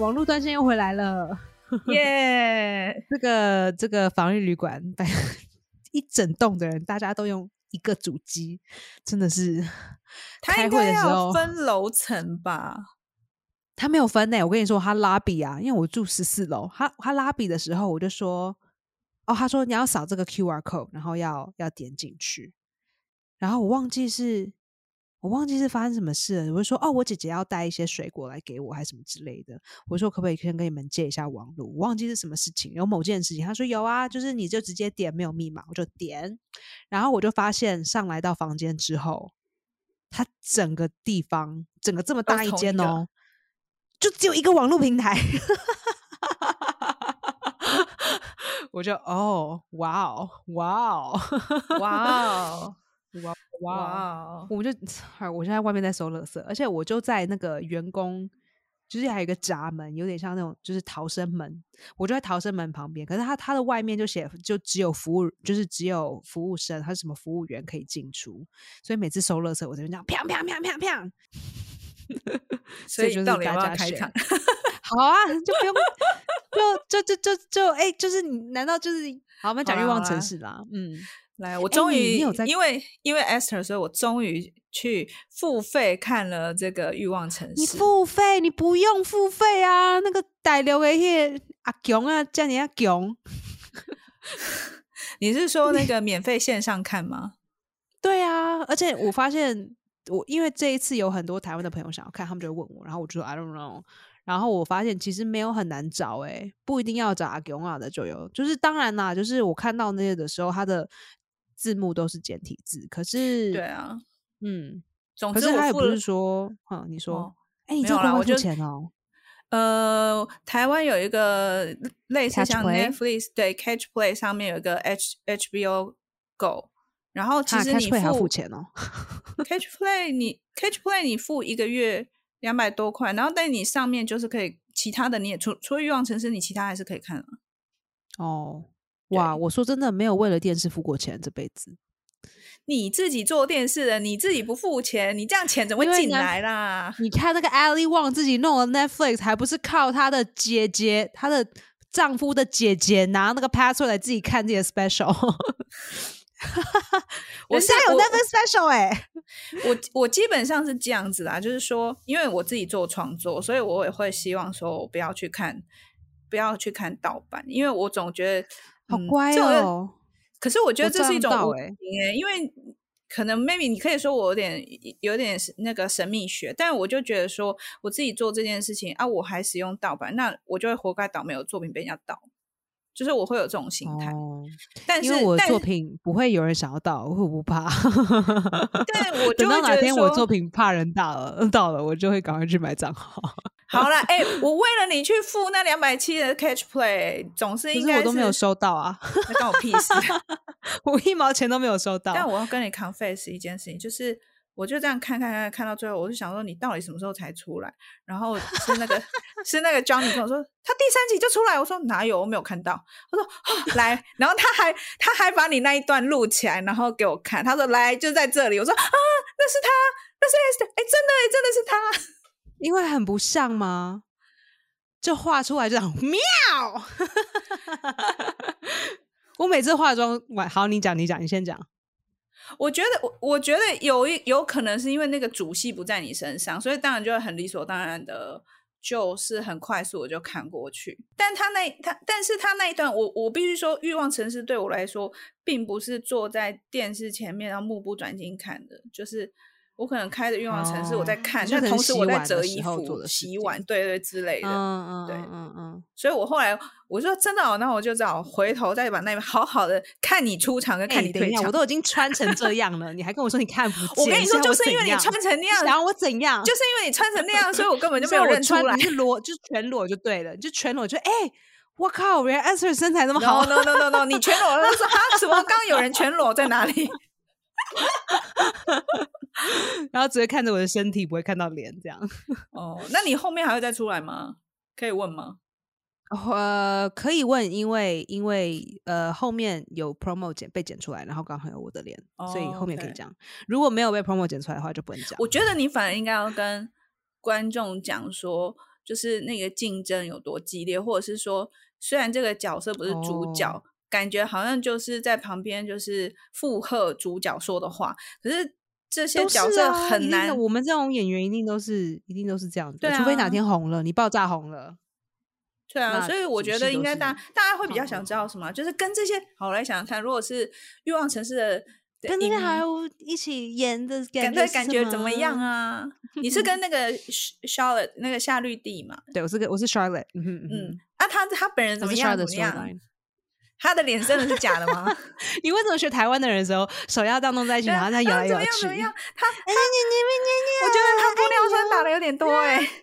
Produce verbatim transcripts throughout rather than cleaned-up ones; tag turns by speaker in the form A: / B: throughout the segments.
A: 网络断线又回来了，
B: 耶、yeah!
A: 这个这个防疫旅馆一整栋的人大家都用一个主机，真的是开会的时候
B: 他应该要分楼层吧？
A: 他没有分欸，我跟你说他拉比啊，因为我住十四楼，他他拉比的时候我就说哦，他说你要扫这个 Q R code 然后要要点进去，然后我忘记是我忘记是发生什么事了，我就说哦，我姐姐要带一些水果来给我还是什么之类的，我说可不可以先跟你们借一下网络，我忘记是什么事情，有某件事情，他说有啊，就是你就直接点没有密码，我就点，然后我就发现上来到房间之后，他整个地方整个这么大一间哦，就只有一个网络平台我就哦哇哦哇哦
B: 哇哦
A: 哇哇！我就我现在外面在收垃圾，而且我就在那个员工，就是还有一个闸门，有点像那种就是逃生门，我就在逃生门旁边。可是他他的外面就写就只有服务，就是只有服务生，他是什么服务员可以进出，所以每次收垃圾我这边这样啪啪啪啪啪。
B: 所以到底要不要开场？
A: 好啊，就不用就就就就就哎、欸，就是你难道就是好？我们讲欲望城市啦，嗯。
B: 来，我终于、
A: 欸、
B: 因为因为 Esther， 所以我终于去付费看了这个欲望城市。
A: 你付费，你不用付费啊！那个大陆的那阿强啊，叫你阿强。
B: 你是说那个免费线上看吗？
A: 对啊，而且我发现我因为这一次有很多台湾的朋友想要看，他们就会问我，然后我就说 I don't know。然后我发现其实没有很难找、欸，哎，不一定要找阿强啊的就有。就是当然啦，就是我看到那些的时候，他的字幕都是简体字，可是
B: 对啊，
A: 嗯，
B: 总之
A: 可是他也不是说，嗯，你说，哎、哦欸，你这个会付钱哦？
B: 呃，台湾有一个类似像
A: Netflix
B: 对 Catch Play 上面有一个 H HBO Go， 然后其实你付、
A: 啊、Catch Play 还要付钱哦。
B: Catch Play 你 Catch Play 你付一个月两百多块，然后但你上面就是可以其他的你也除除了欲望城市，你其他还是可以看啊。
A: 哦，哇，我说真的没有为了电视付过钱这辈子。
B: 你自己做电视的，你自己不付钱，你这样钱怎么会进来啦？
A: 你看那个 Ali Wong 自己弄的 Netflix， 还不是靠她的姐姐，她的丈夫的姐姐拿那个 password 来自己看自己的 special。人家有 Netflix special 哎、欸，
B: 我我基本上是这样子啦，就是说，因为我自己做创作，所以我也会希望说，我不要去看，不要去看盗版，因为我总觉得、
A: 嗯、好乖哦。
B: 可是我觉得这是一种无
A: 哎、
B: 欸，因为可能 maybe 你可以说我有点有点那个神秘学，但我就觉得说我自己做这件事情啊，我还使用盗版，那我就会活该倒霉，有作品被人家盗。就是我会有这种心态、哦，但是
A: 因为我的作品不会有人想要盗，我会不怕。
B: 对，我
A: 就会等到哪天我作品怕人盗了，盗了我就会赶快去买账号。
B: 好啦，哎、欸，我为了你去付那两百七的 Catch Play， 总是应该是，
A: 可是我都没有收到啊，
B: 那关我屁事，
A: 我一毛钱都没有收到。
B: 但我要跟你 confess 一件事情，就是我就这样看看看看到最后，我就想说你到底什么时候才出来？然后是那个是那个 Johnny 跟我说他第三集就出来，我说哪有，我没有看到。他说、哦、来，然后他还他还把你那一段录起来，然后给我看。他说来就在这里，我说啊那是他，那是 Esther， 哎真的哎真的是他，
A: 因为很不像吗？就画出来就很妙。我每次化妆完，好你讲你讲你先讲。
B: 我觉得我我觉得有一有可能是因为那个主戏不在你身上，所以当然就很理所当然的，就是很快速我就看过去。但他那他，但是他那一段，我我必须说，《欲望城市》对我来说，并不是坐在电视前面然后目不转睛看的，就是我可能开着《欲望城市》我在看，但、哦、同时我在折衣服、洗碗，对对之类的。
A: 嗯嗯
B: 对
A: 嗯嗯。
B: 所以我后来我说真的哦，那我就只好回头再把那边好好的看你出场跟看你退场。
A: 欸、我都已经穿成这样了，你还跟我说你看不见？
B: 我跟你说，就是因为你穿成那样，
A: 想要我怎样？
B: 就是因为你穿成那样，所以我根本就没有认出来。
A: 你是裸，就是全裸就对了，你就全裸就哎。欸我靠！原来 Esther 身材那么好。
B: No no no no no！ 你全裸，他说哈什么？刚刚有人全裸在哪里？
A: 然后只会看着我的身体，不会看到脸，这样。
B: 哦，那你后面还会再出来吗？可以问吗？
A: 呃，可以问，因为因为呃后面有 promo 剪被剪出来，然后刚好有我的脸，哦、所以后面可以讲。如果没有被 promo 剪出来的话，就不能讲。
B: 我觉得你反而应该要跟观众讲说。 就是那个竞争有多激烈，或者是说虽然这个角色不是主角、
A: 哦、
B: 感觉好像就是在旁边就是附和主角说的话，可是这些角色很难、
A: 啊、我们这种演员一定都是一定都是这样子的、
B: 对啊、
A: 除非哪天红了，你爆炸红了。
B: 对啊，所以我觉得应该大大家会比较想知道什么，就是跟这些好，我来想想看，如果是欲望城市的
A: 跟那些好莱坞一起演的感
B: 觉感觉怎么样啊？你是跟那个 Charlotte 那个夏绿蒂嘛？
A: 对，我是跟我是 Charlotte， 嗯哼嗯
B: 嗯，啊，他他本人怎么样？怎么样？他的脸真的是假的吗？
A: 你为什么学台湾的人的时候手要这样弄在一起，然后再摇来摇去？
B: 怎么样？他他，我觉得他玻尿酸打的有点多哎、欸。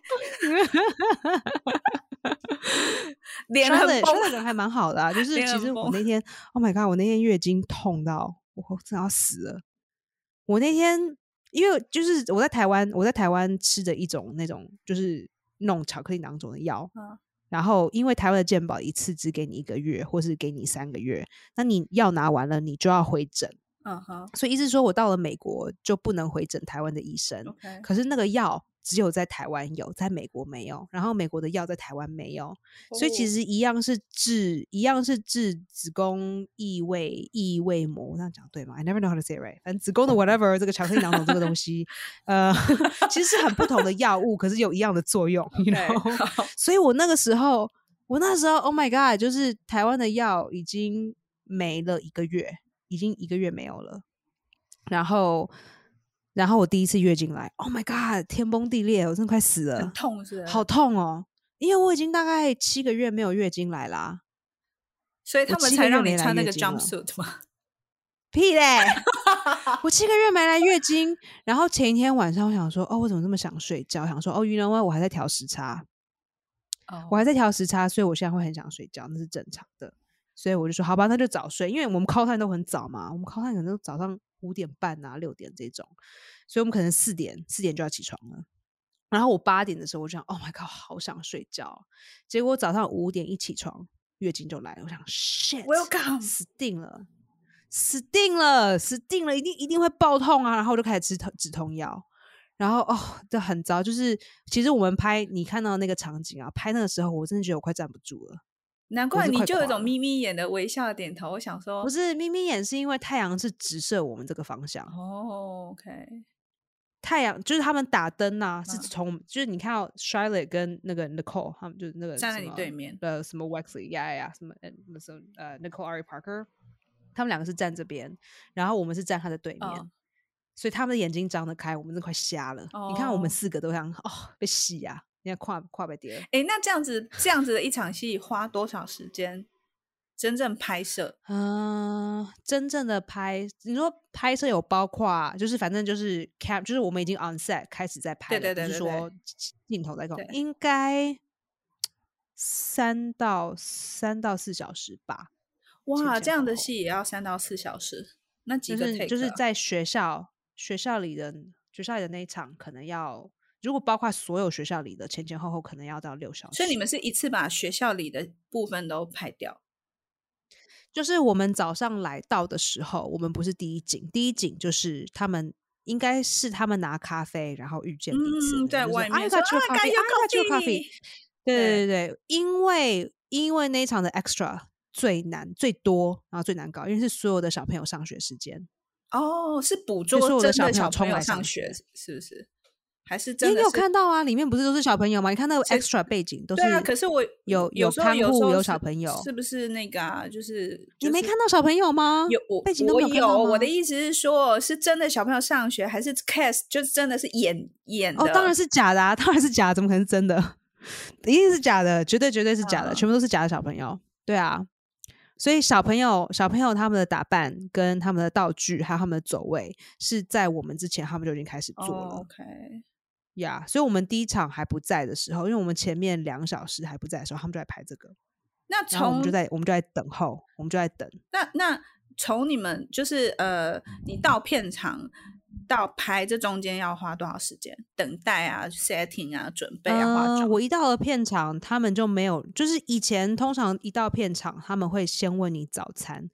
B: 脸很
A: 崩，人还蛮好的啊。就是其实我那天 ，Oh my god， 我那天月经痛到我真的要死了。我那天因为就是我在台湾，我在台湾吃的一种那种就是弄巧克力囊肿的药。嗯，然后因为台湾的健保一次只给你一个月或是给你三个月，那你药拿完了你就要回诊。
B: 嗯哼，
A: 所以意思说我到了美国就不能回诊台湾的医生。
B: Okay.
A: 可是那个药只有在台湾有，在美国没有，然后美国的药在台湾没有。Oh. 所以其实一样是治一样是治子宫异位异位膜，我这样讲对吗？ I never know how to say it right。 反正子宫的 whatever 这个巧克力囊肿这个东西呃，其实是很不同的药物，可是有一样的作用。
B: Okay.
A: you know? 所以我那个时候我那时候 Oh my god， 就是台湾的药已经没了一个月，已经一个月没有了。然后然后我第一次月经来 Oh my god， 天崩地裂，我真的快死了。
B: 很痛是不是？
A: 好痛哦，因为我已经大概七个月没有月经来啦。
B: 所以他们才让你穿那个 jumpsuit 吗？
A: 屁嘞我七个月没来月经，然后前一天晚上我想说哦，我怎么这么想睡觉，想说哦you know what，我还在调时差。Oh. 我还在调时差，所以我现在会很想睡觉，那是正常的。所以我就说好吧，那就早睡，因为我们call time都很早嘛，我们call time可能都早上五点半啊六点这种，所以我们可能四点四点就要起床了。然后我八点的时候我就想 Oh my god 好想睡觉，结果早上五点一起床月经就来了，我想 shit
B: Welcome
A: 死定了死定了死定了一定一定会爆痛啊。然后我就开始吃止痛药，然后哦这很糟，就是其实我们拍你看到那个场景啊，拍那个时候我真的觉得我快站不住了。
B: 难怪你就有一种眯眯眼的微笑的点头，我想说
A: 不是眯眯眼，是因为太阳是直射我们这个方向。
B: 哦、oh, OK，
A: 太阳就是他们打灯啊、嗯、是从就是你看到 Charlotte 跟那个 Nicole 他们就是那个
B: 站在你对面
A: 呃什么 Wexley 呀呀什么什么呃 Nicole Ari Parker， 他们两个是站这边，然后我们是站他的对面、哦、所以他们的眼睛张得开，我们真的快瞎了、哦、你看我们四个都像哦被洗啊，你看跨跨被跌。
B: 哎，那这样子这样子的一场戏花多少时间真正拍摄？
A: 嗯、呃，真正的拍，你说拍摄有包括，就是反正就是 cam， 就是我们已经 on set 开始在拍了，
B: 对对对对对，
A: 不是说镜头在控，应该三到三到四小时吧。
B: 哇，
A: 前前后后
B: 这样的戏也要三到四小时，那几个 take、啊、
A: 就是就是在学校学校里的学校里的那一场可能要。如果包括所有学校里的前前后后可能要到六小时。
B: 所以你们是一次把学校里的部分都拍掉？
A: 就是我们早上来到的时候，我们不是第一景，第一景就是他们应该是他们拿咖啡然后遇见彼此、
B: 嗯、在外面、
A: 就是、I got your coffee, I got your coffee。 对对对对，因为因为那一场的 extra 最难最多然后最难搞，因为是所有的小朋友上学时间。
B: 哦，是捕捉真的小朋友冲来上学是不是？还是真的是？
A: 你有看到啊，里面不是都是小朋友吗？你看那个 extra 背景都是。
B: 对啊，可是我
A: 有
B: 有
A: 看护有小朋友，
B: 是不是那个啊？就是、就是、
A: 你没看到小朋友吗？
B: 有，我
A: 背景都没有看到吗？
B: 我有，我的意思是说，是真的小朋友上学，还是 cast 就是真的是演演的？
A: 哦，当然是假的啊，当然是假的，怎么可能是真的？一定是假的，绝对绝对是假的、嗯，全部都是假的小朋友。对啊。所以小朋友小朋友他们的打扮跟他们的道具还有他们的走位是在我们之前他们就已经开始做了。
B: oh, OK
A: 呀、yeah, 所以我们第一场还不在的时候，因为我们前面两小时还不在的时候，他们就在拍这个。
B: 那从
A: 我们就在我们就在等候，我们就在等。
B: 那那从你们就是呃，你到片场到拍这中间要花多少时间？等待啊 ，setting 啊，准备啊，化妆、
A: 呃。我一到了片场，他们就没有，就是以前通常一到片场，他们会先问你早餐。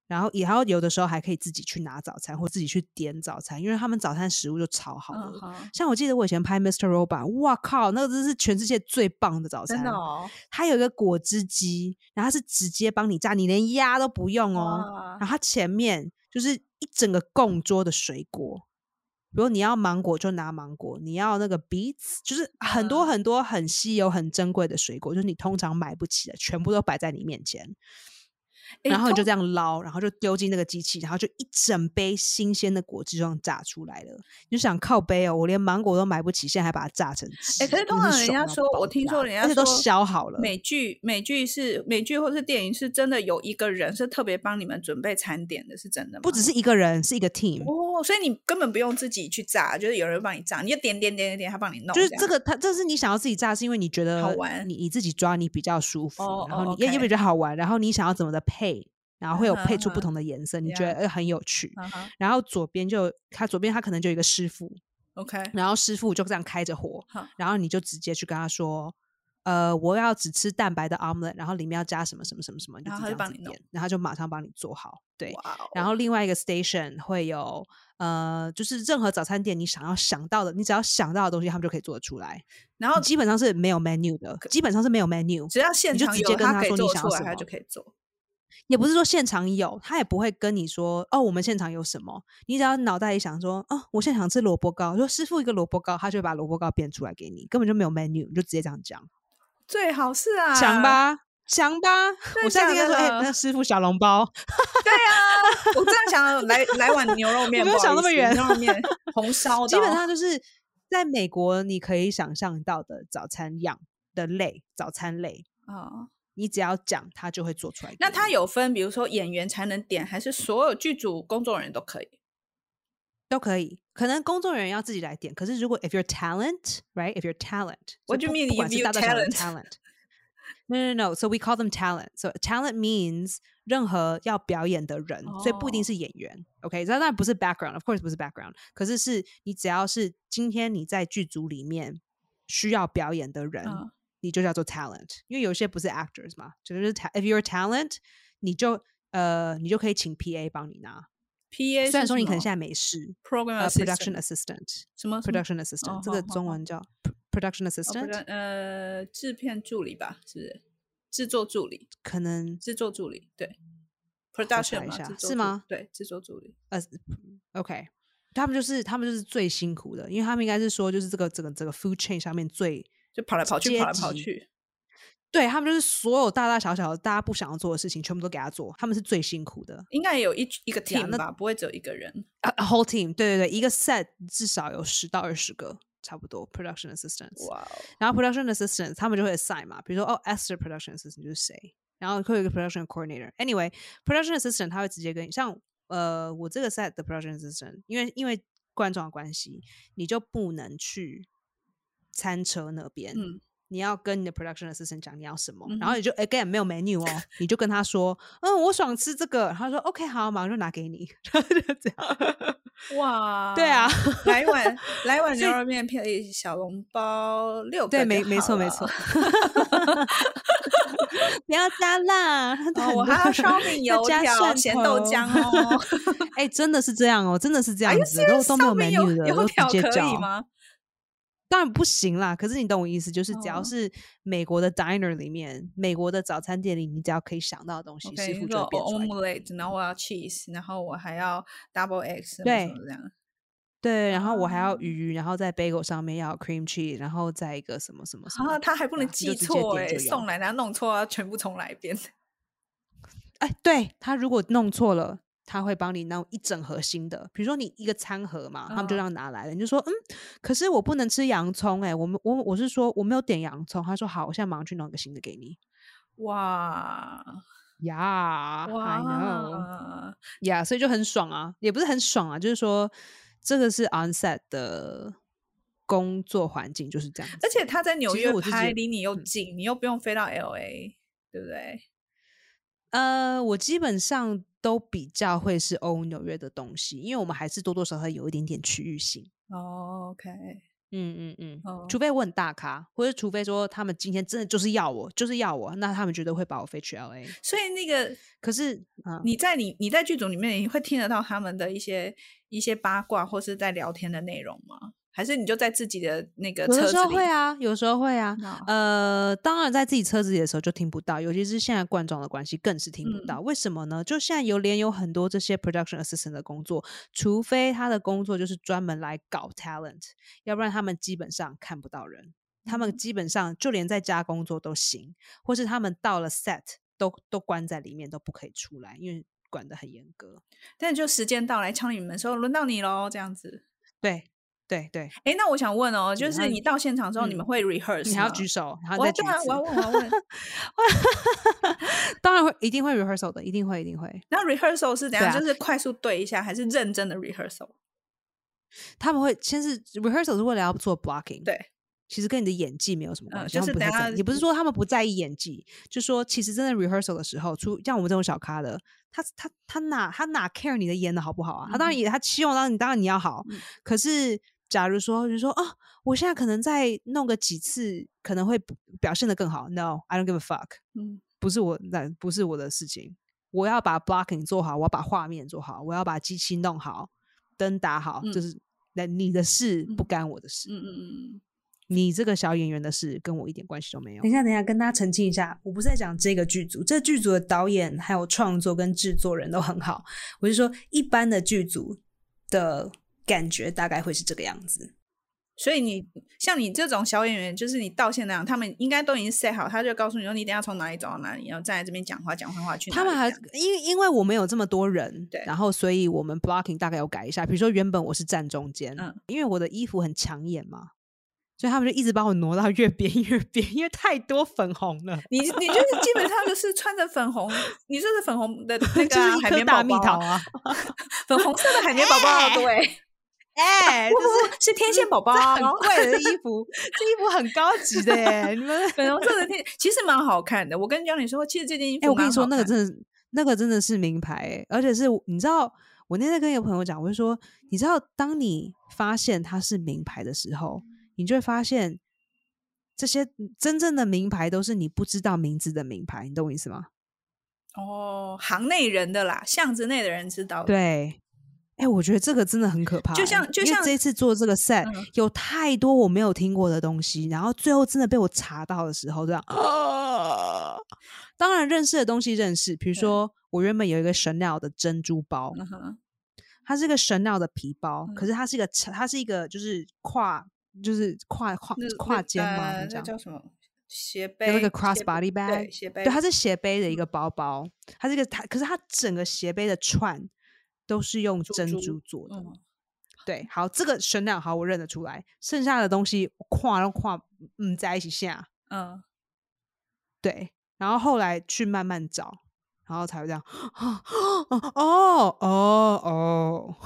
A: 然后然后有的时候还可以自己去拿早餐或自己去点早餐，因为他们早餐食物就超好了。
B: 嗯、
A: 像我记得我以前拍 mister Robot， 哇靠，那个真是全世界最棒的早餐。
B: 真的哦，
A: 它有一个果汁机，然后它是直接帮你榨，你连压都不用哦。然后它前面就是一整个供桌的水果，比如你要芒果就拿芒果，你要那个 beets， 就是很多很多很稀有很珍贵的水果，就是你通常买不起的，全部都摆在你面前。然后你就这样捞，然后就丢进那个机器，然后就一整杯新鲜的果汁这样榨出来了。你就想靠杯哦，我连芒果都买不起，现在还把它榨成汁。
B: 哎、欸，可是通常人家说，我听说人家说，
A: 而且都削好了。
B: 美剧美剧是美剧或是电影是真的有一个人是特别帮你们准备餐点的，是真的吗？
A: 不只是一个人，是一个 team
B: 哦，所以你根本不用自己去榨，就是有人帮你榨，你就点点点点点，他帮你弄。
A: 就是这个，他这是你想要自己榨，是因为你觉得
B: 好玩，
A: 你你自己抓你比较舒服，
B: 哦、
A: 然后你、
B: 哦 okay、
A: 也比较好玩，然后你想要怎么的配。然后会有配出不同的颜色， uh-huh, 你觉得、yeah. 很有趣。
B: Uh-huh.
A: 然后左边就他左边他可能就有一个师傅
B: ，OK，
A: 然后师傅就这样开着火，
B: huh.
A: 然后你就直接去跟他说，呃，我要只吃蛋白的 omelet， 然后里面要加什么什么什么什么，
B: 然后他就帮你弄，
A: 然后就马上帮你做好。对，
B: wow.
A: 然后另外一个 station 会有呃，就是任何早餐店你想要想到的，你只要想到的东西，他们就可以做得出来。然后基本上是没有 menu 的，基本上是没有 menu，
B: 只要现场有，
A: 你就直接跟他说你想要什么，
B: 他就可以做。
A: 也不是说现场有，他也不会跟你说哦，我们现场有什么，你只要脑袋里想说哦，我现在想吃萝卜糕，说师傅一个萝卜糕，他就会把萝卜糕变出来给你，根本就没有 menu， 你就直接这样讲。
B: 最好是啊，
A: 强吧强吧，我现在应该说哎、欸，那师傅小笼包。
B: 对啊，我这样想来来碗牛肉面，
A: 我没有想那么远，
B: 牛肉面红烧的，
A: 基本上就是在美国你可以想象到的早餐样的类，早餐类啊。哦，你只要讲，他就会做出来。
B: 那他有分，比如说演员才能点，还是所有剧组工作人员都可以？
A: 都可以，可能工作人员要自己来点。可是如果 if you're talent, right? If you're talent,
B: what do you mean?
A: 不管是大大小小的
B: talent?
A: No, no, no. So we call them talent. So talent means 任何要表演的人， oh. 所以不一定是演员。OK， 这当然不是 background, of course 不是 background。可是是你只要是今天你在剧组里面需要表演的人。Oh.你就叫做 talent， 因为有些不是 actors 嘛，就是 if you're a talent， 你就呃你就可以请 P A 帮你拿。
B: P A
A: 虽然说你可能现在没事
B: ，program、
A: uh, production assistant，
B: 什么
A: production assistant，、哦、这个中文叫 production assistant，、
B: 哦、呃，制片助理吧，是不是？制作助理，
A: 可能
B: 制作助理，对 ，production
A: 一下
B: 嘛，
A: 是吗？
B: 对，制作助理。
A: 呃、uh, ，OK， 他们就是他们就是最辛苦的，因为他们应该是说就是这个这个这个 food chain 上面最。
B: 就跑来跑去，跑来跑去，
A: 对，他们就是所有大大小小的大家不想要做的事情，全部都给他做。他们是最辛苦的，
B: 应该也有一一个 team 吧，不会只有一个人。
A: A whole team， 对对对，一个 set 至少有十到二十个，差不多 production assistants。
B: 哇、wow ，
A: 然后 production assistants 他们就会 assign 嘛，比如说哦 ，Esther production assistant 就是谁，然后会有一个 production coordinator。Anyway，production assistant 他会直接跟你，像呃我这个 set 的 production assistant， 因为因为观众的关系，你就不能去餐车那边，嗯，你要跟你的 production assistant 讲你要什么，嗯、然后你就 again 没有 menu 哦，你就跟他说，嗯，我想吃这个，他说 OK 好，马上就拿给你，就这样。
B: 哇，
A: 对啊，
B: 来碗来碗牛肉面配小笼包六个，
A: 对，没没错没错。不要加辣，
B: 哦、我还要烧饼油条、咸豆浆哦。
A: 哎、欸，真的是这样哦，真的是这样子，都都没有 menu 的，
B: 油条
A: 可
B: 以吗？
A: 当然不行啦，可是你懂我意思，就是只要是美国的 diner 里面， oh. 美国的早餐店里，你只要可以想到的东西，
B: okay,
A: 师傅就会变出来。
B: omelette， 然后我要 cheese， 然后我还要 double eggs，
A: 对，
B: 这样。
A: 对，然后我还要鱼，然后在 bagel 上面要 cream cheese， 然后再一个什么什么什么，
B: 啊，他还不能记错哎，送来然后弄错要全部重来一遍。
A: 哎，对，他如果弄错了。他会帮你弄一整盒新的，比如说你一个餐盒嘛， oh. 他们就让拿来了，你就说嗯，可是我不能吃洋葱哎、欸，我们我我是说我没有点洋葱，他说好，我现在马上去弄一个新的给你。
B: 哇
A: 呀、
B: yeah,
A: I know， 呀、yeah, 所以就很爽啊，也不是很爽啊，就是说这个是 onset 的工作环境就是这样子，
B: 而且他在纽约拍，离你又近、嗯，你又不用飞到 L A， 对不对？
A: 呃，我基本上都比较会是欧纽约的东西，因为我们还是多多少少有一点点区域性。
B: 哦、oh, ，OK，
A: 嗯嗯嗯，
B: 哦
A: 除非我很大咖，或者除非说他们今天真的就是要我，就是要我，那他们绝对会把我飞去 L A。
B: 所以那个
A: 可是，嗯，
B: 你在你你在剧组里面，你会听得到他们的一些一些八卦或是在聊天的内容吗？还是你就在自己的那个
A: 有的时候
B: 车子里？
A: 会啊，有时候会啊。
B: 哦
A: 呃，当然在自己车子里的时候就听不到，尤其是现在冠状的关系更是听不
B: 嗯
A: 到。为什么呢？就现在有连有很多这些 production assistant 的工作，除非他的工作就是专门来搞 talent，要不然他们基本上看不到人。他们
B: 嗯
A: 基本上就连在家工作都行，或是他们到了 set 都都关在里面，都不可以出来，因为管得很严格。
B: 但就时间到来敲你们说轮到你咯，这样子。
A: 对对对，
B: 哎，那我想问哦，就
A: 然后
B: 是你到现场之后，
A: 嗯
B: 你们会 rehearse
A: 你还要
B: 吗？
A: 举手，然后
B: 我要对啊，
A: 再举一次。
B: 我要问，我要问。
A: 当然会，一定会 rehearsal 的，一定会，一定会。
B: 那 rehearsal 是怎样？
A: 对啊
B: 就是快速对一下，还是认真的 rehearsal？
A: 他们会先是 rehearsal 是为了要做 blocking，
B: 对，
A: 其实跟你的演技没有什么关系，
B: 嗯就是等下
A: 他们不太在意，也不是说他们不在意演技，就说其实真的 rehearsal 的时候，出像我们这种小咖的，他他他哪他哪 care 你的演的好不好啊？他当然也他希望当你当然你要好，
B: 嗯
A: 可是假如说就说哦，我现在可能再弄个几次，可能会表现的更好。No, I don't give a fuck，
B: 嗯
A: 不是我那不是我的事情，我要把 blocking 做好，我要把画面做好，我要把机器弄好，灯打好，
B: 嗯
A: 这是那你的事，
B: 嗯
A: 不干我的事。
B: 嗯嗯嗯
A: 你这个小演员的事跟我一点关系都没有。等一下，等一下，跟大家澄清一下，我不是在讲这个剧组，这剧组的导演还有创作跟制作人都很好，我是说一般的剧组的感觉大概会是这个样子。
B: 所以你像你这种小演员，就是你到现场，他们应该都已经 set 好，他就告诉你说，你等一下从哪里走到哪里，然后站在这边讲话，讲话话去哪里。
A: 他们还
B: 这样
A: 因为因为我们有这么多人，
B: 对
A: 然后所以我们 blocking 大概有改一下，比如说原本我是站中间，
B: 嗯
A: 因为我的衣服很抢眼嘛，所以他们就一直把我挪到越边越边，因为太多粉红了。
B: 你你就是基本上就是穿着粉红，你就是粉红的那个、啊、
A: 就是一颗
B: 海绵宝宝
A: 大蜜桃啊，
B: 粉红色的海绵宝宝，对。
A: 哎、欸，
B: 不
A: 就是
B: 不是天线宝宝，
A: 很贵的衣服，这衣服很高级的耶！你们
B: 粉红色的天，其实蛮好看的。我跟教你说，其实这件衣服，
A: 哎、欸，我跟你说，那个真的，那个真的是名牌哎，而且是你知道，我那天跟一个朋友讲，我就说，你知道，当你发现它是名牌的时候，你就会发现这些真正的名牌都是你不知道名字的名牌，你懂我意思吗？
B: 哦，行内人的啦，巷子内的人知道的。
A: 对。哎、欸，我觉得这个真的很可怕、欸，
B: 就像就像
A: 这次做这个 set、嗯、有太多我没有听过的东西，然后最后真的被我查到的时候，这样啊，当然认识的东西认识，比如说我原本有一个 Chanel 的珍珠包，
B: 嗯、
A: 它是一个 Chanel 的皮包，
B: 嗯、
A: 可是它是一个它是一个就是跨就是跨跨跨肩吗？
B: 呃、
A: 这
B: 叫什么？斜背，
A: 有那个 cross body bag，
B: 对，斜背，
A: 对，它是斜背的一个包包，它是一个它，可是它整个斜背的串都是用珍珠做的。
B: 嗯、
A: 对，好，这个 Chanel 好，我认得出来，剩下的东西跨都跨嗯在一起下，
B: 嗯，
A: 对，然后后来去慢慢找，然后才会这样，哦哦哦哦。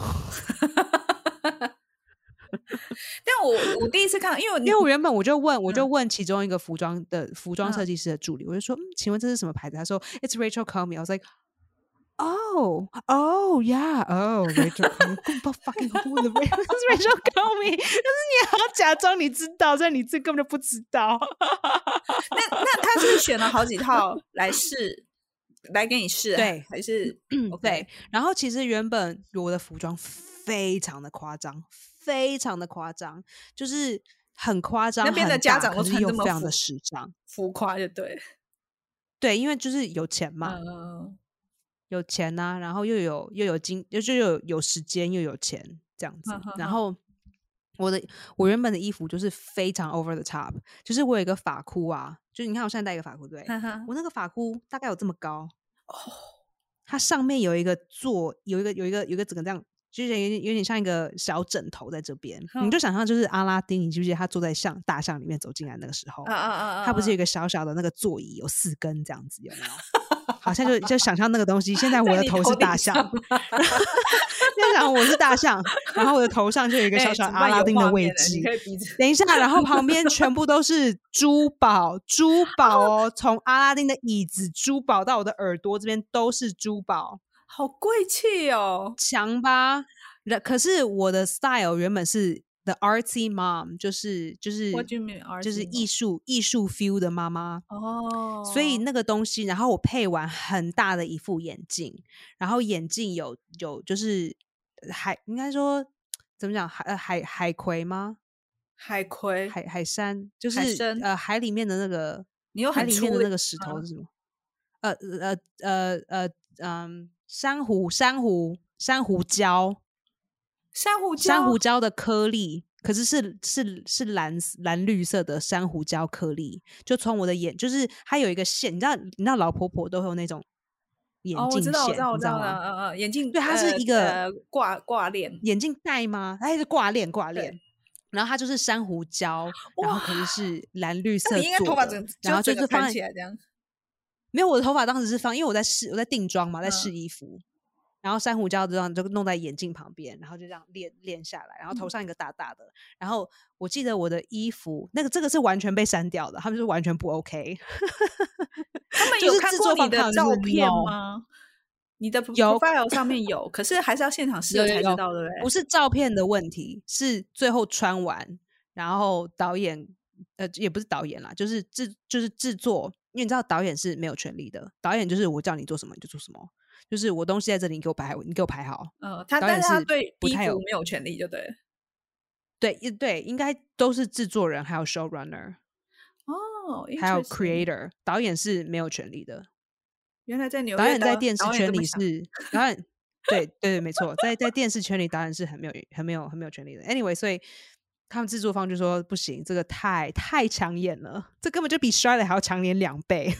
B: 但我我第一次看到，因为我
A: 因为我原本我就问，我就问其中一个服装的服装设计师的助理，
B: 嗯、
A: 我就说，嗯，请问这是什么牌子？他说 It's Rachel Comey。I was like, oh, oh, yeah, oh, Rachel Comey. Who fucking who the Rachel Comey？ 但是你还要假装你知道，但你这根本就不知道。
B: 那那他是选了好几套来试。来给你试、啊，
A: 对，
B: 还是、
A: okay. 对。然后其实原本我的服装非常的夸张，非常的夸张，就是很夸张。
B: 那边的家长都穿这么
A: 非常的时尚、
B: 浮夸，就对。
A: 对，因为就是有钱嘛，
B: 嗯、
A: 有钱啊，然后又有又有金，就有有时间又有钱这样子。
B: 呵呵呵
A: 然后我的我原本的衣服就是非常 over the top， 就是我有一个发箍啊，就是你看我现在戴一个发箍，对，
B: 呵呵
A: 我那个发箍大概有这么高。
B: 哦，
A: 它上面有一个座，有一个有一个有一个整个这样，就是有点有点像一个小枕头在这边。
B: 嗯、
A: 你就想象就是阿拉丁，你记不记得他坐在像大象里面走进来那个时候？
B: 啊啊啊！
A: 他不是有一个小小的那个座椅，有四根这样子，有没有？好像就就想象那个东西。现在我的头是大象，就想我是大象，然后我的头上就有一个小小阿拉丁的位置。等一下，然后旁边全部都是珠宝，珠宝哦，从阿拉丁的椅子珠宝到我的耳朵这边都是珠宝，
B: 好贵气哦，
A: 强吧？可是我的 style 原本是 the artsy mom， 就是就是
B: What do you mean artsy
A: 就是艺
B: mom？
A: 术艺术 feel 的妈妈。
B: 哦，
A: 所以那个东西，然后我配完很大的一副眼镜，然后眼镜有有就是海应该说怎么讲海呃海海葵吗？
B: 海葵
A: 海海山就是
B: 海参
A: 呃海里面的那个海
B: 你有很
A: 里面的那个
B: 粗的
A: 石头是什么？呃呃呃呃嗯，珊瑚珊瑚珊瑚礁，
B: 珊瑚礁
A: 珊瑚礁的颗粒，可是是是是蓝蓝绿色的珊瑚礁颗粒，就从我的眼，就是它有一个线，你知道你知道老婆婆都会有那种眼
B: 哦，我知道，我知
A: 镜线，
B: 道，我知道了，
A: 你知道吗？
B: 呃呃，眼镜，
A: 对，它
B: 呃
A: 是一个
B: 呃挂挂链，
A: 眼镜带吗？它是挂链挂
B: 对，
A: 链。然后它就是珊瑚礁，然后可是
B: 哇，
A: 是蓝绿
B: 那
A: 色
B: 你应该头发
A: 做的，然后
B: 整就整个
A: 就是放在
B: 盘起来这样，
A: 没有我的头发当时是放，因为我在试我在定妆嘛，在试
B: 嗯
A: 衣服，然后珊瑚礁这样就弄在眼镜旁边，然后就这样练练下来，然后头上一个大大的，然后我记得我的衣服那个这个是完全被删掉的，他们是完全不 OK。
B: 他们
A: 就是制
B: 有看过
A: 作方看
B: 你的照
A: 就是
B: 片
A: no
B: 吗？你的
A: 有
B: profile 上面有，可是还是要现场试
A: 有有有，
B: 了才知道，对不对？
A: 不是照片的问题，是最后穿完，然后导演呃也不是导演啦，就是制就是制作，因为你知道导演是没有权利的，导演就是我叫你做什么你就做什么，就是我东西在这里，你给我排，你给我排好。
B: 嗯，他但是他
A: 导演是
B: 对衣服
A: 不太有
B: 没有权利，就对了。
A: 对一对，应该都是制作人，还有 showrunner，
B: 哦
A: 还有
B: ，interesting，
A: creator，导演是没有权利的。
B: 原来在纽
A: 导演
B: 约导
A: 在电视
B: 导演
A: 圈里
B: 这么想，
A: 是导演，对对对，没错，在在电视圈里导演是很没有很没有很没有权利的。Anyway，所以他们制作方就说不行，这个太太抢眼了，这根本就比 Charlotte 还要抢眼两倍。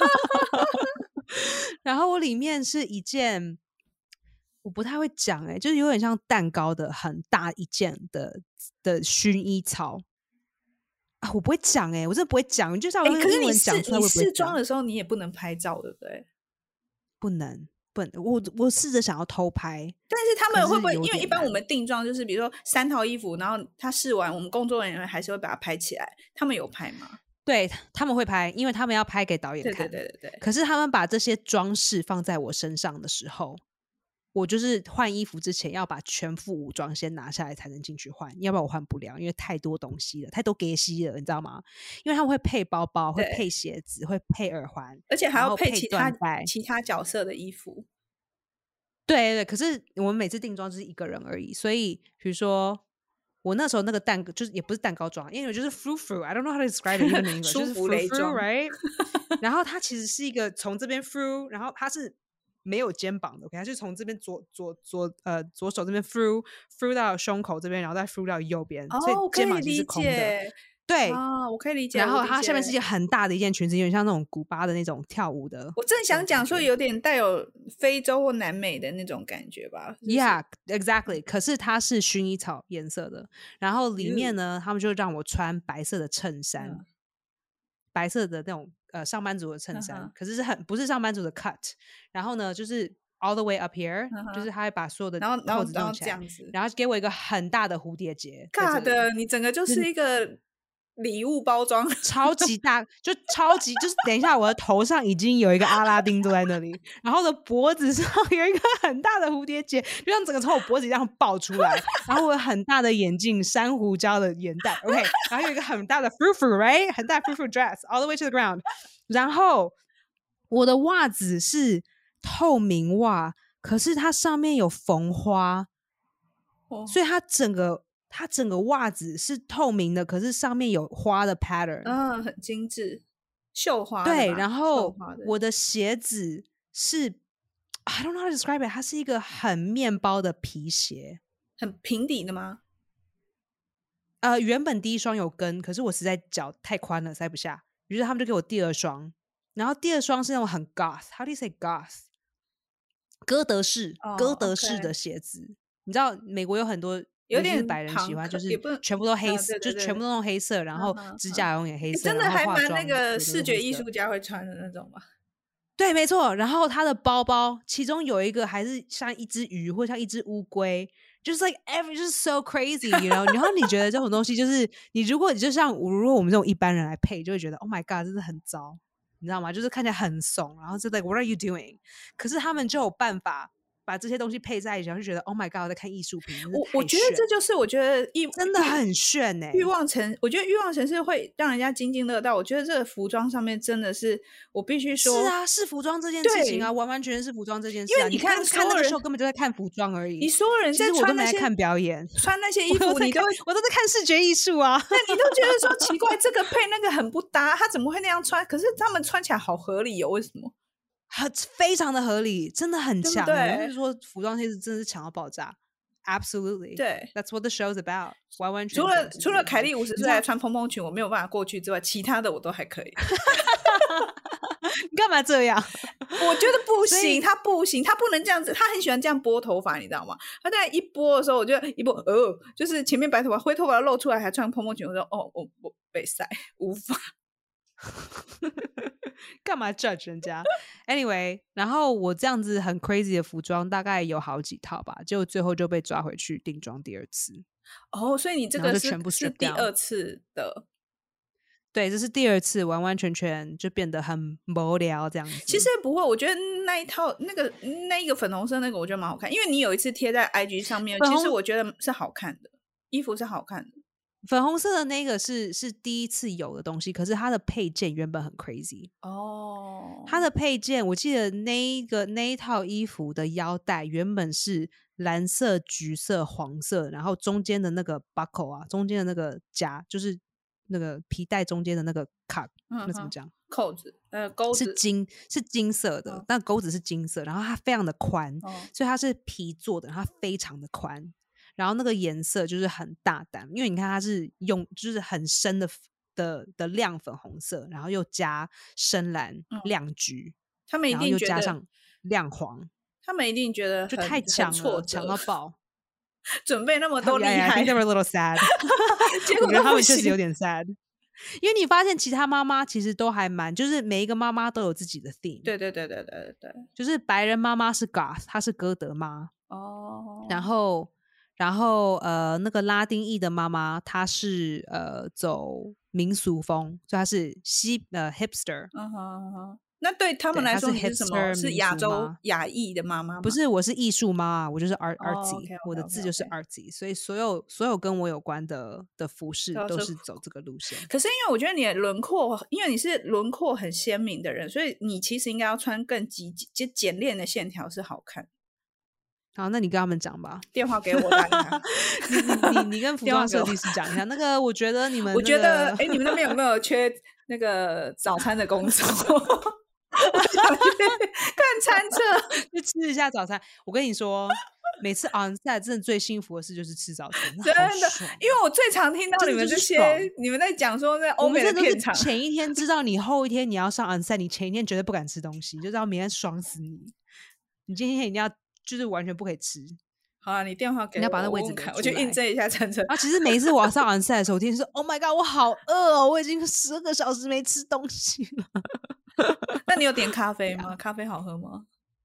A: 然后我里面是一件我不太会讲哎、欸，就是有点像蛋糕的很大一件的的薰衣草。啊，我不会讲哎、欸，我真的不会讲，你就像我
B: 哎，
A: 用英
B: 可是你试
A: 文讲出来，
B: 你
A: 我也不会讲。
B: 试妆的时候，你也不能拍照，对不对？
A: 不能，不能，我我试着想要偷拍，
B: 但是他们
A: 可是
B: 会不会？
A: 有点难
B: 因为一般我们定妆就是，比如说三套衣服，然后他试完，我们工作人员还是会把它拍起来。他们有拍吗？
A: 对，他们会拍，因为他们要拍给导演
B: 对
A: 看。
B: 对对对对。
A: 可是他们把这些装饰放在我身上的时候，我就是换衣服之前要把全副武装先拿下来才能进去换，要不然我换不了，因为太多东西了，太多给西了，你知道吗？因为他们会配包包，会
B: 对
A: 配鞋子，会配耳环，
B: 而且还要
A: 然后配
B: 其他
A: 缎带。
B: 其他角色的衣服。
A: 对对，可是我们每次定妆就是一个人而已，所以比如说我那时候那个蛋糕就是也不是蛋糕妆，因为就是 frou frou，I don't know how to describe it even in English， 就是 frou
B: 舒芙蕾
A: frou
B: 妆
A: right？ 然后它其实是一个从这边 frou， 然后它是没有肩膀的 ，OK， 它是从这边左左左呃左手这边 frou frou 到胸口这边，然后再 frou 到右边，所以
B: 哦，可以
A: 肩膀其实
B: 理
A: 是空的。
B: 解。
A: 对，
B: 啊，我可以理解。
A: 然后
B: 我理
A: 它下面是一
B: 解
A: 件很大的一件裙子，有点像那种古巴的那种跳舞的。
B: 我正想讲说有点带有非洲或南美的那种感觉吧。是不是
A: Yeah, exactly. 可是它是薰衣草颜色的，然后里面呢，他们就让我穿白色的衬衫，
B: 嗯
A: 白色的那种呃上班族的衬衫，
B: 嗯哼
A: 可是是很不是上班族的 cut。然后呢，就是 all the way up here，、
B: 嗯哼
A: 就是他会把所有的
B: 然后然后然后
A: 扣子弄起来，
B: 这样子
A: 然后给我一个很大的蝴蝶结在这里，
B: 尬的，你整个就是一个礼物包装。
A: 超级大，就超级就是等一下，我的头上已经有一个阿拉丁坐在那里，然后我的脖子上有一个很大的蝴蝶结，就像整个从我脖子这样爆出来，然后我有很大的眼镜，珊瑚礁的眼袋 ，OK， 然后有一个很大的 frou frou right， 很大的 frou frou dress all the way to the ground， 然后我的袜子是透明袜，可是它上面有缝花，
B: 哦
A: 所以它整个。它整个袜子是透明的，可是上面有花的 pattern，
B: 嗯，很精致，绣花的吧。
A: 对，然后
B: 绣花的
A: 我的鞋子是 I don't know how to describe it， 它是一个很面包的皮鞋。
B: 很平底的吗？
A: 呃，原本第一双有跟，可是我实在脚太宽了，塞不下，于是他们就给我第二双。然后第二双是那种很 goth，how do you say goth？ 哥德式，
B: 哦
A: 哥德式
B: OK
A: 的鞋子。你知道美国有很多。尤其是
B: 有点
A: 白人喜欢，
B: 朋克
A: 就是
B: 也不能
A: 全部都黑色，
B: 啊对对对
A: 就全部都用黑色，然后
B: 嗯嗯
A: 指甲用也黑色，然后
B: 真的还
A: 化妆也
B: 蛮那个
A: 都是
B: 视觉
A: 黑色
B: 艺术家会穿的那种吧。
A: 对，没错。然后他的包包，其中有一个还是像一只鱼，或像一只乌龟，就是 like every 就是 so crazy，you know 。然后你觉得这种东西，就是你如果你就像如果我们这种一般人来配，就会觉得 Oh my God， 真的很糟，你知道吗？就是看起来很怂，然后就 like What are you doing？ 可是他们就有办法把这些东西配在一起，然后就觉得 Oh my God， 我在看艺术品，
B: 我我觉得这就是我觉得欲
A: 真的很炫哎、欸！
B: 欲望城，我觉得欲望城市会让人家津津乐道。我觉得这个服装上面真的是，我必须说，
A: 是啊，是服装这件事情啊，完完全全是服装这件事、啊。
B: 因为你看，
A: 你看那个秀根本就在看服装而已。
B: 你所有人在穿那些
A: 看表演，
B: 穿那些衣服，你都
A: 我都在看视觉艺术啊。
B: 那你都觉得说奇怪，这个配那个很不搭，他怎么会那样穿？可是他们穿起来好合理哦，为什么？
A: 很非常的合理，真的很强。
B: 对，
A: 就是说服装其实真的是强到爆炸。Absolutely，
B: 对
A: ，That's what the show's about。完完全
B: 除了除了凯莉五十岁还穿蓬蓬裙，我没有办法过去之外，其他的我都还可以。
A: 你干嘛这样？
B: 我觉得不行，他不行，他不能这样子。他很喜欢这样拨头发，你知道吗？他在一拨的时候，我就一拨，哦，就是前面白头发、灰头发露出来，还穿蓬蓬裙，我说哦，我我被塞，无法。
A: 干嘛 judge 人家 ？Anyway， 然后我这样子很 crazy 的服装大概有好几套吧，结果最后就被抓回去定妆第二次。
B: 哦，所以你这个是
A: 全部
B: 是第二次的。
A: 对，这是第二次，完完全全就变得很无聊这样子。
B: 其实不会，我觉得那一套那个那一个粉红色那个，我觉得蛮好看，因为你有一次贴在 I G 上面，其实我觉得是好看的，衣服是好看的。
A: 粉红色的那个是是第一次有的东西，可是它的配件原本很 crazy
B: 哦。
A: 它的配件，我记得那一个那一套衣服的腰带原本是蓝色、橘色、黄色，然后中间的那个 buckle 啊，中间的那个夹，就是那个皮带中间的那个卡，
B: 嗯、
A: 那怎么讲？
B: 扣子，呃，钩子
A: 是金是金色的，
B: 哦、
A: 但钩子是金色，然后它非常的宽，
B: 哦、
A: 所以它是皮做的，它非常的宽。然后那个颜色就是很大胆，因为你看它是用就是很深的的的亮粉红色，然后又加深蓝、
B: 嗯、
A: 亮橘，
B: 他们一定
A: 然后又加上亮黄，
B: 他们一定觉得
A: 就太强了，强到爆。
B: 准备那么多厉害
A: ，I think they were a little sad 。
B: 结果
A: 我觉得他们确实有点 sad， 因为你发现其他妈妈其实都还蛮，就是每一个妈妈都有自己的 theme。
B: 对对对对对对，
A: 就是白人妈妈是 goth， 她是歌德妈
B: 哦，
A: 然后。然后呃，那个拉丁裔的妈妈，她是呃走民俗风，所以她是西呃 hipster。
B: 嗯哼哼，那对他们来说，你是什么？是亚洲亚裔的妈妈吗？
A: 不是，我是艺术妈，我就是 art artsy，、
B: oh, okay, okay, okay,
A: 我的字就是 artsy， 所以所有所有跟我有关的的服饰都是走这个路线。
B: 可是因为我觉得你的轮廓，因为你是轮廓很鲜明的人，所以你其实应该要穿更极就简练的线条是好看。
A: 好，那你跟他们讲吧。
B: 电话给我打给他。
A: 你你你跟服装设计师讲一下。那个，我觉得你们、那个，
B: 我觉得，哎、欸，你们那边有没有缺那个早餐的工作？我想去看餐车，
A: 去吃一下早餐。我跟你说，每次 onsite 真的最幸福的事就是吃早餐，
B: 真的，因为我最常听到你们这些，你们在讲说在欧美的片场，
A: 前一天知道你后一天你要上 onsite， 你前一天绝对不敢吃东西，就知道明天爽死你。你今天一定要。就是完全不可以吃。
B: 好啊，你电话给我，
A: 你要把那位置
B: 看，我去印证一下餐车。
A: 啊，其实每一次我要上完赛的时候，我天是 Oh my God， 我好饿哦，我已经十二个小时没吃东西了。
B: 那你有点咖啡吗？咖啡好喝吗？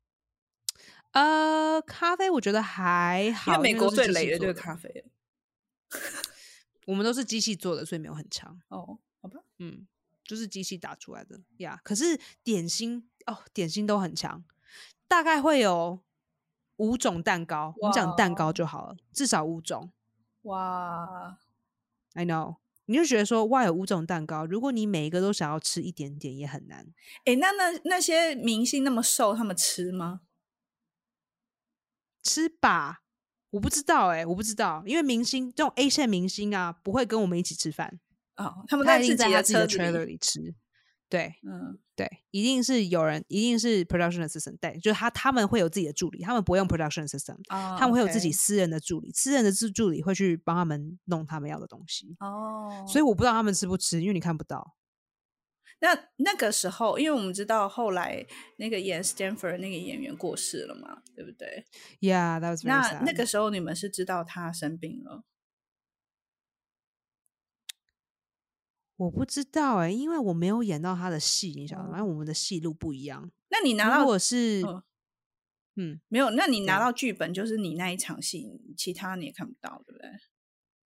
A: 呃，咖啡我觉得还好，
B: 因为美国最雷的就是咖啡了。
A: 我们都是机器做的，所以没有很强。
B: 哦，好吧，
A: 嗯，就是机器打出来的呀。Yeah, 可是点心哦，点心都很强，大概会有。五种蛋糕，我们讲蛋糕就好了，至少五种。
B: 哇
A: ，I know， 你就觉得说哇，有五种蛋糕，如果你每一个都想要吃一点点，也很难。
B: 哎、欸，那那那些明星那么瘦，他们吃吗？
A: 吃吧，我不知道哎、欸，我不知道，因为明星这种 A 线明星啊，不会跟我们一起吃饭
B: 哦，他们在自己的车
A: 子里, 里吃。对，
B: 嗯，
A: 对，一定是有人，一定是 production assistant， 对，就是他他们会有自己的助理，他们不会用 production assistant，、哦、他们会有自己私人的助理，
B: okay.
A: 私人的助理会去帮他们弄他们要的东西。
B: 哦，
A: 所以我不知道他们吃不吃，因为你看不到。
B: 那那个时候，因为我们知道后来那个演 Stanford 那个演员过世了嘛，对不对
A: ？Yeah, that was very sad.
B: 那那个时候你们是知道他生病了？
A: 我不知道哎、欸，因为我没有演到他的戏，你晓得吗？因为我们的戏路不一样。
B: 那你拿到
A: 如果是、
B: 嗯、
A: 嗯
B: 没有，那你拿到剧本就是你那一场戏，其他你也看不到，对不对？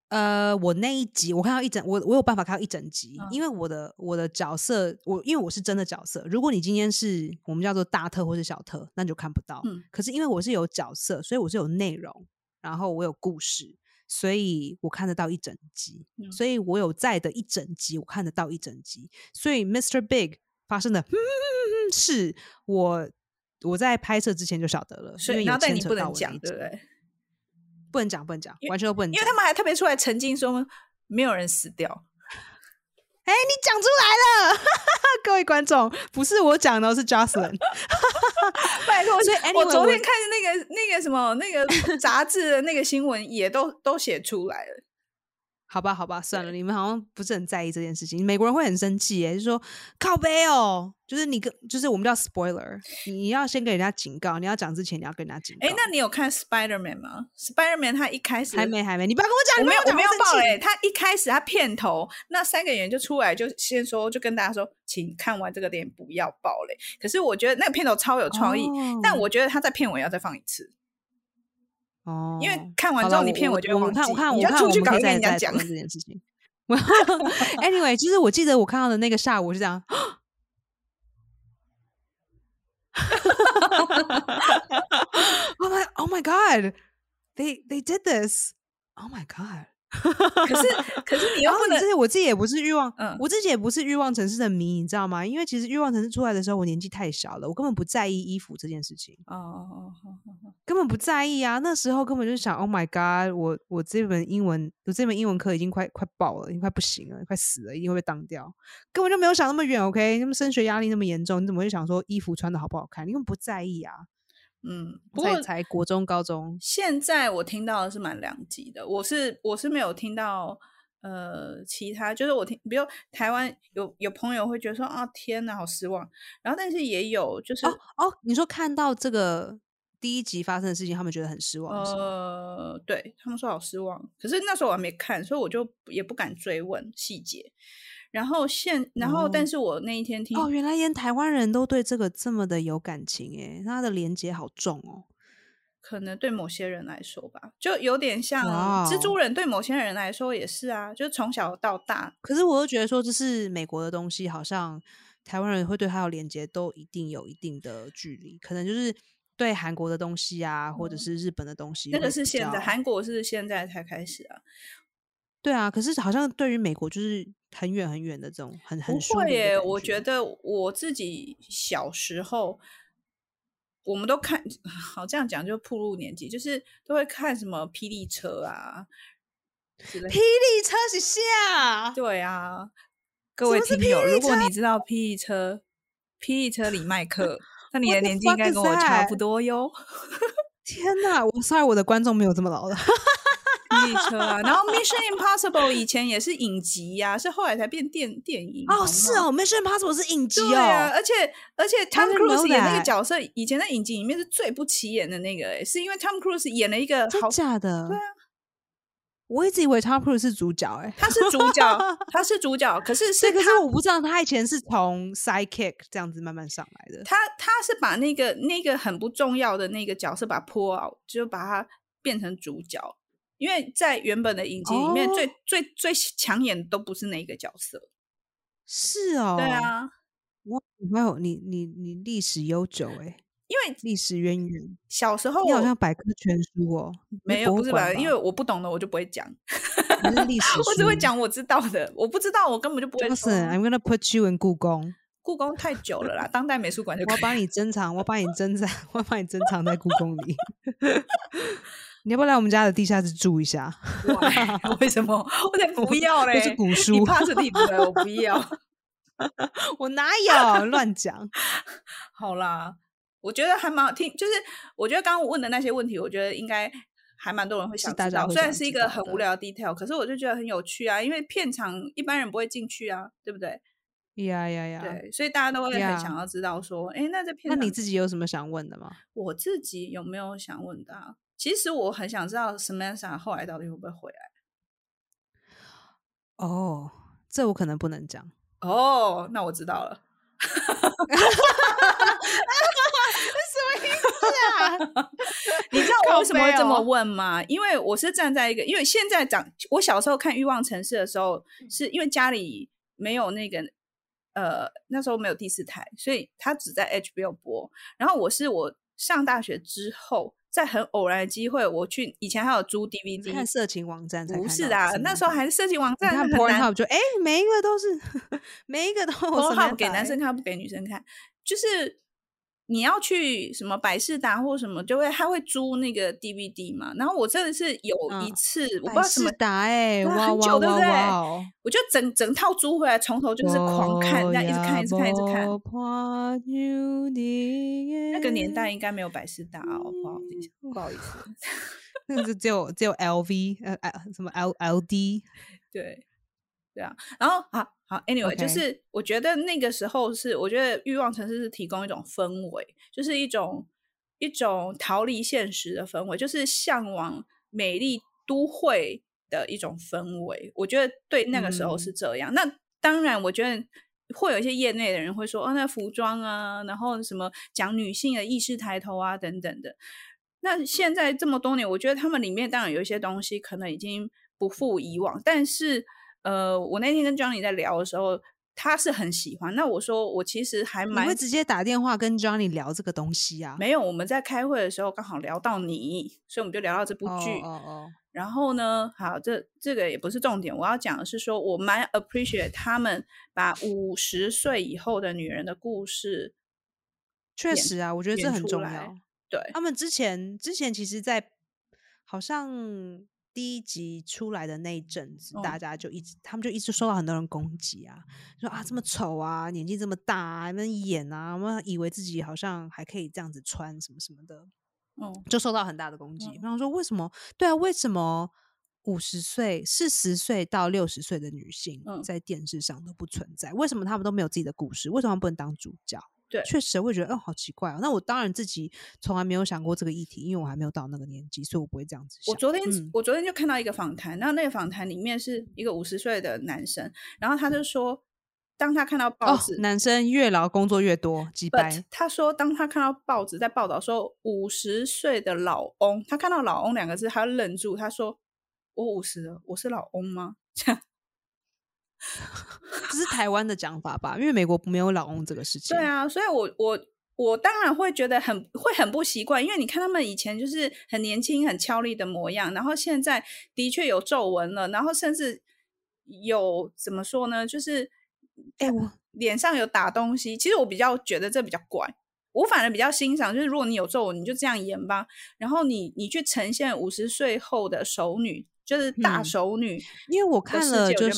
A: 呃，我那一集我看到一整我我有办法看到一整集，
B: 嗯
A: 因为我的我的角色我因为我是真的角色，如果你今天是我们叫做大特或是小特，那你就看不到。
B: 嗯
A: 可是因为我是有角色，所以我是有内容，然后我有故事，所以我看得到一整集，
B: 嗯
A: 所以我有在的一整集，我看得到一整集。所以 mister Big 发生的是我我在拍摄之前就晓得了，因为有
B: 所以然后但
A: 牵扯
B: 你不能讲，
A: 到我那一集，
B: 对不对？
A: 不能讲，不能讲，
B: 因为
A: 完全都不能讲
B: 因为他。们还特别出来澄清说没有人死掉。
A: 哎、你讲出来了，各位观众，不是我讲的，是 Jocelyn。
B: 拜托，
A: 所以
B: 我
A: anyway，
B: 昨天
A: 我
B: 看那个那个什么那个杂志的那个新闻也都都写出来了。
A: 好吧，好吧，算了，你们好像不是很在意这件事情。美国人会很生气耶，就说靠背哦，就是你跟就是我们叫 spoiler， 你要先给人家警告，你要讲之前你要跟人家警告。
B: 哎，那你有看 Spider-Man 吗 ？Spider-Man 他一开始
A: 还没还没，你不要跟我讲，
B: 我没有我没有爆
A: 嘞、
B: 嘞、他一开始他片头那三个演员就出来就先说，就跟大家说，请看完这个电影不要爆雷。可是我觉得那个片头超有创意，
A: 哦
B: 但我觉得他在片尾要再放一次。
A: 哦，
B: 因为看完之后你片尾就会
A: 我
B: 忘记
A: 看我看
B: 你就
A: 我看我们可
B: 出去赶快
A: 以再再
B: 跟人家讲
A: 讨论这件事情。anyway， 其实我记得我看到的那个下午是这样。oh my oh my god they they did this oh my god
B: 可是可是你又不能
A: 这些我自己也不是欲望、
B: 嗯
A: 我自己也不是欲望城市的迷，你知道吗？因为其实欲望城市出来的时候我年纪太小了，我根本不在意衣服这件事情，
B: 哦哦哦哦，
A: 根本不在意啊。那时候根本就想 Oh my god 我我这本英文我这门英文课已经快快爆了，已经快不行了，快死了，一定会被当掉，根本就没有想那么远。 OK 那么升学压力那么严重，你怎么会想说衣服穿的好不好看？你根本不在意啊。
B: 嗯，不过
A: 才才国中高中，
B: 现在我听到的是蛮两极的，我是我是没有听到呃其他，就是我听，比如台湾有有朋友会觉得说啊天哪好失望，然后但是也有就是
A: 哦哦，你说看到这个第一集发生的事情，他们觉得很失望，是吗？
B: 呃，对他们说好失望，可是那时候我还没看，所以我就也不敢追问细节。然后现，然后
A: 哦
B: 但是我那一天听
A: 哦，原来连台湾人都对这个这么的有感情诶，他的连结好重哦。
B: 可能对某些人来说吧，就有点像
A: 哇哦
B: 蜘蛛人，对某些人来说也是啊，就是从小到大。
A: 可是我又觉得说这是美国的东西，好像台湾人会对它有连结，都一定有一定的距离，可能就是对韩国的东西啊，或者是日本的东西，
B: 那个是现在，
A: 在
B: 韩国是现在才开始啊。
A: 对啊，可是好像对于美国就是很远很远的这种很很
B: 不
A: 疏离的
B: 会耶，
A: 感
B: 我觉得我自己小时候，我们都看，好这样讲就暴露年纪，就是都会看什么霹雳车啊之类的。
A: 霹雳车是下，
B: 对啊，各位
A: 什么是
B: 听友，
A: 霹雳
B: 如果
A: 车
B: 你知道霹雳车，霹雳车李麦克，那你的
A: What the
B: 年纪应该
A: fuck
B: 跟
A: is
B: 我差
A: that？
B: 不多哟。
A: 天哪！我 sorry， 我的观众没有这么老的。
B: 霹雳车啊，然后 Mission Impossible 以前也是影集呀、啊，是后来才变电电影。
A: 哦，是哦 ，Mission Impossible 是影集哦。
B: 对啊，而且而且 Tom
A: didn't
B: Cruise
A: know
B: 演那个
A: that
B: 角色，以前在影集里面是最不起眼的那个、欸，是因为 Tom Cruise 演了一个
A: 真
B: 好，
A: 假的？
B: 对啊，
A: 我一直以为 Tom Cruise 是主角、欸，哎，
B: 他是主角，他是主角，可是是
A: 对，可是
B: 他
A: 我不知道他以前是从 sidekick 这样子慢慢上来的。
B: 他他是把那个那个很不重要的那个角色把他 pull out，就把他变成主角。因为在原本的影集里面，
A: 哦
B: 最最最抢眼的都不是那个角色。
A: 是哦，
B: 对，啊，
A: 哇，哇哦，你你你历史悠久哎、
B: 因为
A: 历史渊源，
B: 小时候
A: 你好像百科全书哦。
B: 没有，不是吧？
A: 吧？
B: 因为我不懂的，我就不会讲。
A: 你是历史书，
B: 我只会讲我知道的，我不知道我根本就不会说。
A: Johnson，I'm gonna put you in 故宫。
B: 故宫太久了啦，当代美术馆就可以。
A: 我要把你珍藏，我要把你珍藏，我要把你珍藏在故宫里。你要不要来我们家的地下室住一下？
B: 为什么？我才不要嘞！
A: 这是古书
B: 你 positive 的，我不要。
A: 我哪有乱讲？
B: 好啦，我觉得还蛮好听，就是我觉得刚刚我问的那些问题，我觉得应该还蛮多人会想知道。
A: 是大家会
B: 虽然是一个
A: 想知道的
B: 很无聊的 detail，可是我就觉得很有趣啊，因为片场一般人不会进去啊，对不对？
A: 呀呀呀！
B: 对，所以大家都会很
A: Yeah
B: 想要知道说，哎，那这片场
A: 那你自己有什么想问的吗？
B: 我自己有没有想问的、啊？其实我很想知道 Samantha 后来到底会不会回来。
A: 哦，这我可能不能讲。
B: 哦，那我知道了。
A: 什么意思啊？
B: 你知道我为什么会这么问吗？因为我是站在一个，因为现在长，我小时候看《欲望城市》的时候，是因为家里没有那个，呃，那时候没有第四台，所以他只在 H B O 播。然后我是我上大学之后，在很偶然的机会，我去以前还有租 D V D，
A: 看色情网站才看到，
B: 不是的，那时候还是色情网站，
A: 你看 Pornhub 就哎，每一个都是每一个都
B: Pornhub 给男生看不给女生看，就是你要去什么百视达或什么，就会他会租那个 D V D 嘛。然后我真的是有一次，嗯、我不知道什么
A: 百视达哎，哇
B: 很久，对不对？
A: 哇
B: 我就整整套租回来，从头就是狂看，这样一直看，一直看，一直看。那个年代应该没有百视达哦，不好意思，不好意思，
A: 那个只有只有 L V 呃什么 L L D
B: 对。对啊，然后好好 ，anyway，、okay. 就是我觉得那个时候是，我觉得欲望城市是提供一种氛围，就是一种一种逃离现实的氛围，就是向往美丽都会的一种氛围。我觉得对那个时候是这样。嗯、那当然，我觉得会有一些业内的人会说，哦，那服装啊，然后什么讲女性的意识抬头啊，等等的。那现在这么多年，我觉得他们里面当然有一些东西可能已经不复以往，但是。呃，我那天跟 Johnny 在聊的时候，他是很喜欢。那我说，我其实还蛮……
A: 你会直接打电话跟 Johnny 聊这个东西啊？
B: 没有，我们在开会的时候刚好聊到你，所以我们就聊到这部剧。
A: 哦哦哦。
B: 然后呢，好，这这个也不是重点，我要讲的是说，我蛮 appreciate 他们把五十岁以后的女人的故事。
A: 确实啊，我觉得这很重要。
B: 对，
A: 他们之前之前其实在好像。第一集出来的那一阵子、嗯、大家就一直他们就一直受到很多人攻击啊，说啊这么丑啊，年纪这么大啊，那演啊，我们以为自己好像还可以这样子穿什么什么的，嗯，就受到很大的攻击。然后、嗯、说为什么？对啊，为什么五十岁、四十岁到六十岁的女性在电视上都不存在？嗯、为什么他们都没有自己的故事？为什么不能当主角？
B: 对，
A: 确实会觉得，哦，好奇怪哦。那我当然自己从来没有想过这个议题，因为我还没有到那个年纪，所以我不会这样子想。
B: 我昨天、嗯、我昨天就看到一个访谈，那那个访谈里面是一个五十岁的男生，然后他就说，当他看到报纸，
A: 哦、男生越老工作越多，几百。
B: 他说，当他看到报纸在报道说五十岁的老翁，他看到老翁两个字，他愣住，他说：“我五十了，我是老翁吗？”这样。
A: 这是台湾的讲法吧，因为美国没有老翁这个事情。
B: 对啊，所以我我我当然会觉得很会很不习惯，因为你看他们以前就是很年轻很俏丽的模样，然后现在的确有皱纹了，然后甚至有怎么说呢，就是
A: 哎我
B: 脸上有打东西。其实我比较觉得这比较怪，我反而比较欣赏，就是如果你有皱纹你就这样演吧，然后你你去呈现五十岁后的熟女，就是大熟女、嗯、
A: 因为我看了就是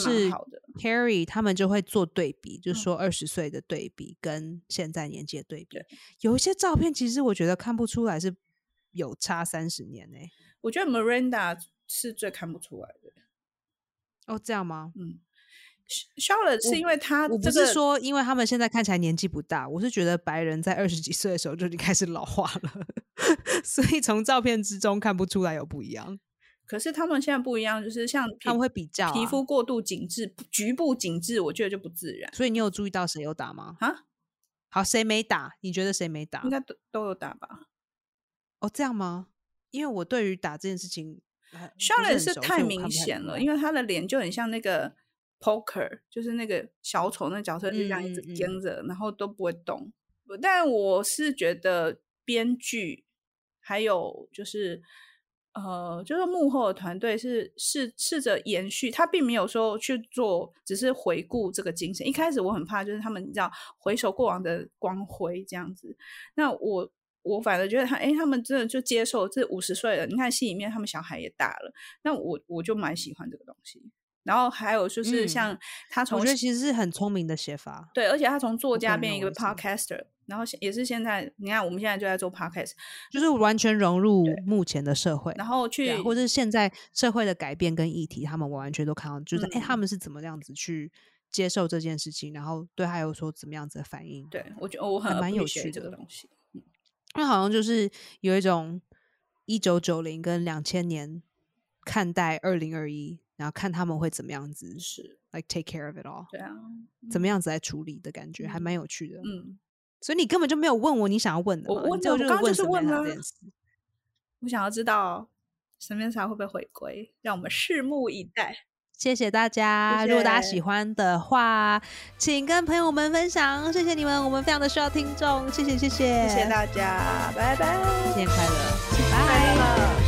A: Harry 他们就会做对比，就是说二十岁的对比跟现在年纪的对比、嗯、有一些照片其实我觉得看不出来是有差三十年、欸、
B: 我觉得 Miranda 是最看不出来的。
A: 哦，这样吗？
B: 嗯，Charlotte 是因为他、这个、
A: 我不是说因为他们现在看起来年纪不大，我是觉得白人在二十几岁的时候就已经开始老化了所以从照片之中看不出来有不一样。
B: 可是他们现在不一样，就是像
A: 他们会比较、啊、
B: 皮肤过度紧致局部紧致，我觉得就不自然。
A: 所以你有注意到谁有打吗？
B: 啊，
A: 好，谁没打？你觉得谁没打？
B: 应该 都, 都有打吧。
A: 哦，这样吗？因为我对于打这件事情
B: Charlotte 是太明显了，因为他的脸就很像那个 Poker， 就是那个小丑那个角色，就这样一直僵着、嗯嗯嗯、然后都不会动。但我是觉得编剧还有就是呃，就是幕后的团队是试试着延续，他并没有说去做只是回顾这个精神。一开始我很怕就是他们你知道回首过往的光辉这样子，那我我反而觉得他哎，他们真的就接受这五十岁了，你看戏里面他们小孩也大了，那我我就蛮喜欢这个东西。然后还有就是像他从、
A: 嗯、我觉得其实是很聪明的写法，
B: 对，而且他从作家变一个 podcaster， 然后也是现在你看我们现在就在做 podcast，
A: 就是完全融入目前的社会，
B: 然后去、
A: 啊、或者是现在社会的改变跟议题他们完全都看到，就是哎、嗯，他们是怎么样子去接受这件事情，然后对他有说怎么样子的反应。
B: 对，我觉得我很
A: 蛮有趣
B: 的这个东西、嗯、
A: 因为好像就是有一种一九九零跟两千年看待二零二一，然后看他们会怎么样子
B: 是
A: like take care of it all，
B: 对啊、
A: 嗯、怎么样子来处理的感觉、嗯、还蛮有趣的。
B: 嗯，
A: 所以你根本就没有问我你想要问的嘛，
B: 我问
A: 你就
B: 我刚刚就是问
A: 了这件事。
B: 我想要知道神面茶会不会回归，让我们拭目以待。
A: 谢谢大家，
B: 谢谢
A: 如果大家喜欢的话，请跟朋友们分享，谢谢你们，我们非常的需要听众，谢谢谢谢，
B: 谢谢大家，拜拜，
A: 新年快乐，
B: 新年快乐。